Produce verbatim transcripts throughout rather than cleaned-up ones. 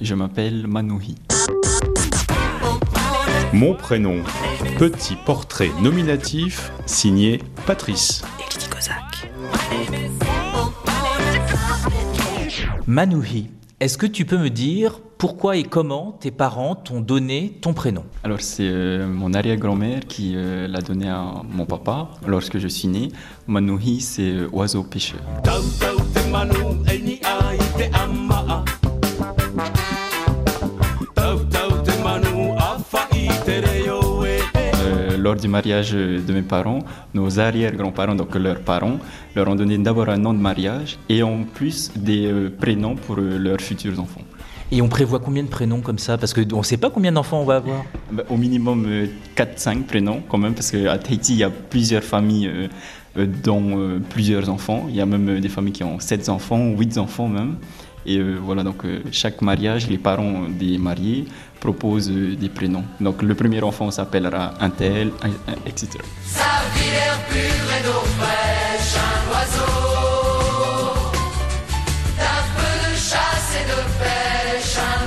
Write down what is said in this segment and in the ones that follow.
Je m'appelle Manouhi. Mon prénom, petit portrait nominatif signé Patrice. Manouhi, est-ce que tu peux me dire pourquoi et comment tes parents t'ont donné ton prénom? Alors c'est euh, mon arrière-grand-mère qui euh, l'a donné à mon papa lorsque je suis né. Manouhi, c'est euh, oiseau pêcheur. Euh, lors du mariage de mes parents, nos arrière-grands-parents, donc leurs parents, leur ont donné d'abord un nom de mariage et en plus des euh, prénoms pour euh, leurs futurs enfants. Et on prévoit combien de prénoms comme ça? Parce qu'on ne sait pas combien d'enfants on va avoir. Ben, au minimum euh, quatre cinq prénoms quand même, parce qu'à Tahiti, il y a plusieurs familles euh, euh, dont euh, plusieurs enfants. Il y a même euh, des familles qui ont sept enfants, huit enfants même. Et euh, voilà, donc euh, chaque mariage, les parents des mariés proposent euh, des prénoms. Donc le premier enfant s'appellera un tel, un, un, et cetera. Sa vie l'air pur et d'eau fraîche, un oiseau, d'un peu de chasse et de pêche, un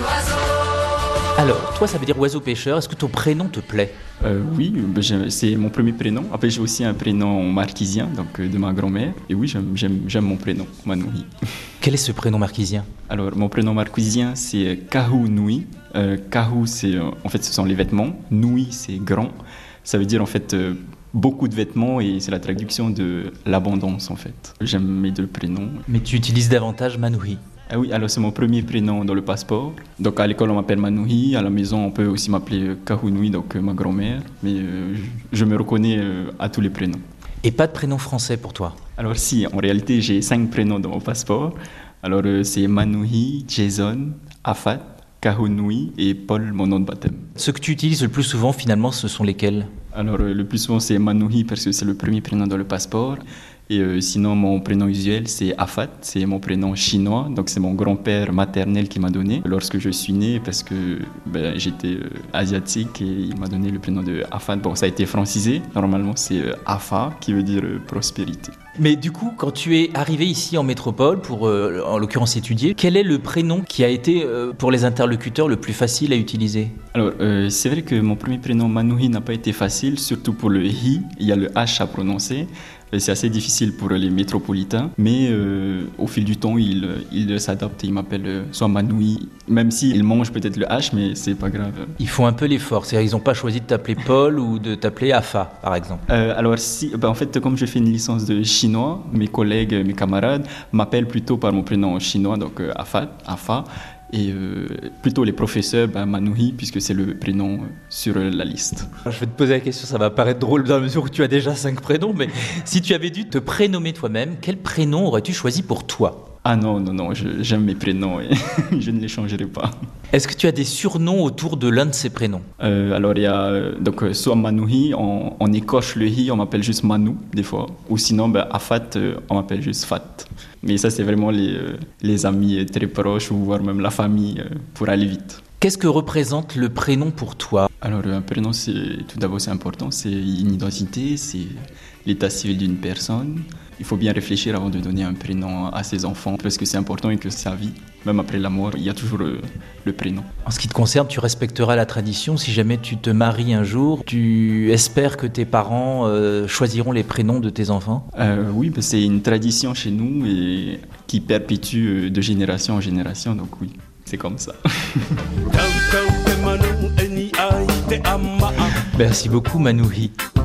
oiseau. Alors, toi, ça veut dire oiseau pêcheur. Est-ce que ton prénom te plaît? Euh, oui, ben, j'ai- c'est mon premier prénom. Après, j'ai aussi un prénom marquisien, donc euh, de ma grand-mère. Et oui, j'aime, j'aime, j'aime mon prénom, Manouhi. Quel est ce prénom marquisien? Alors, mon prénom marquisien, c'est Kahu Nui. Euh, Kahu, c'est, euh, en fait, ce sont les vêtements. Nui, c'est grand. Ça veut dire, en fait, euh, beaucoup de vêtements et c'est la traduction de l'abondance, en fait. J'aime mes deux prénoms. Mais tu utilises davantage Manouhi. Ah oui, alors c'est mon premier prénom dans le passeport. Donc, à l'école, on m'appelle Manouhi. À la maison, on peut aussi m'appeler euh, Kahu Nui, donc euh, ma grand-mère. Mais euh, je, je me reconnais euh, à tous les prénoms. Et pas de prénom français pour toi? Alors si, en réalité, j'ai cinq prénoms dans mon passeport. Alors euh, c'est Manouhi, Jason, Afat, Kahunui et Paul, mon nom de baptême. Ceux que tu utilises le plus souvent, finalement, ce sont lesquels? Alors euh, le plus souvent c'est Manouhi parce que c'est le premier prénom dans le passeport. Et euh, sinon mon prénom usuel c'est Afat, c'est mon prénom chinois. Donc c'est mon grand-père maternel qui m'a donné lorsque je suis né parce que ben, j'étais euh, asiatique et il m'a donné le prénom de Afat. Bon, ça a été francisé. Normalement c'est euh, Afa qui veut dire euh, prospérité. Mais du coup, quand tu es arrivé ici en métropole pour, euh, en l'occurrence, étudier, quel est le prénom qui a été, euh, pour les interlocuteurs, le plus facile à utiliser? Alors, euh, c'est vrai que mon premier prénom Manouhi n'a pas été facile, surtout pour le hi. Il y a le H à prononcer. Et c'est assez difficile pour les métropolitains. Mais euh, au fil du temps, il, il s'adapte et il m'appelle euh, soit Manouhi, même s'il mange peut-être le H, mais c'est pas grave. Ils font un peu l'effort, c'est-à-dire ils n'ont pas choisi de t'appeler Paul ou de t'appeler Afa, par exemple. Euh, alors, si, ben, en fait, comme je fais une licence de chinois, mes collègues, mes camarades m'appellent plutôt par mon prénom chinois, donc euh, Afat, Afa. Et euh, plutôt les professeurs, ben, Manouhi, puisque c'est le prénom euh, sur euh, la liste. Je vais te poser la question, ça va paraître drôle dans la mesure où tu as déjà cinq prénoms, mais si tu avais dû te prénommer toi-même, quel prénom aurais-tu choisi pour toi? Ah non, non, non, je- j'aime mes prénoms et je ne les changerai pas. Est-ce que tu as des surnoms autour de l'un de ces prénoms? Euh, alors il y a euh, donc euh, soit Manouhi, on, on écorche le hi, on m'appelle juste Manou des fois, ou sinon ben, Afat, euh, on m'appelle juste Fat. Mais ça c'est vraiment les, euh, les amis euh, très proches ou voire même la famille euh, pour aller vite. Qu'est-ce que représente le prénom pour toi? Alors euh, un prénom c'est tout d'abord c'est important, c'est une identité, c'est l'état civil d'une personne. Il faut bien réfléchir avant de donner un prénom à ses enfants parce que c'est important et que sa vie, même après la mort, il y a toujours euh, le prénom. En ce qui te concerne, tu respecteras la tradition. Si jamais tu te maries un jour, tu espères que tes parents euh, choisiront les prénoms de tes enfants? Euh, oui, ben, c'est une tradition chez nous et qui perpétue euh, de génération en génération, donc oui, c'est comme ça. Merci beaucoup, Manouhi.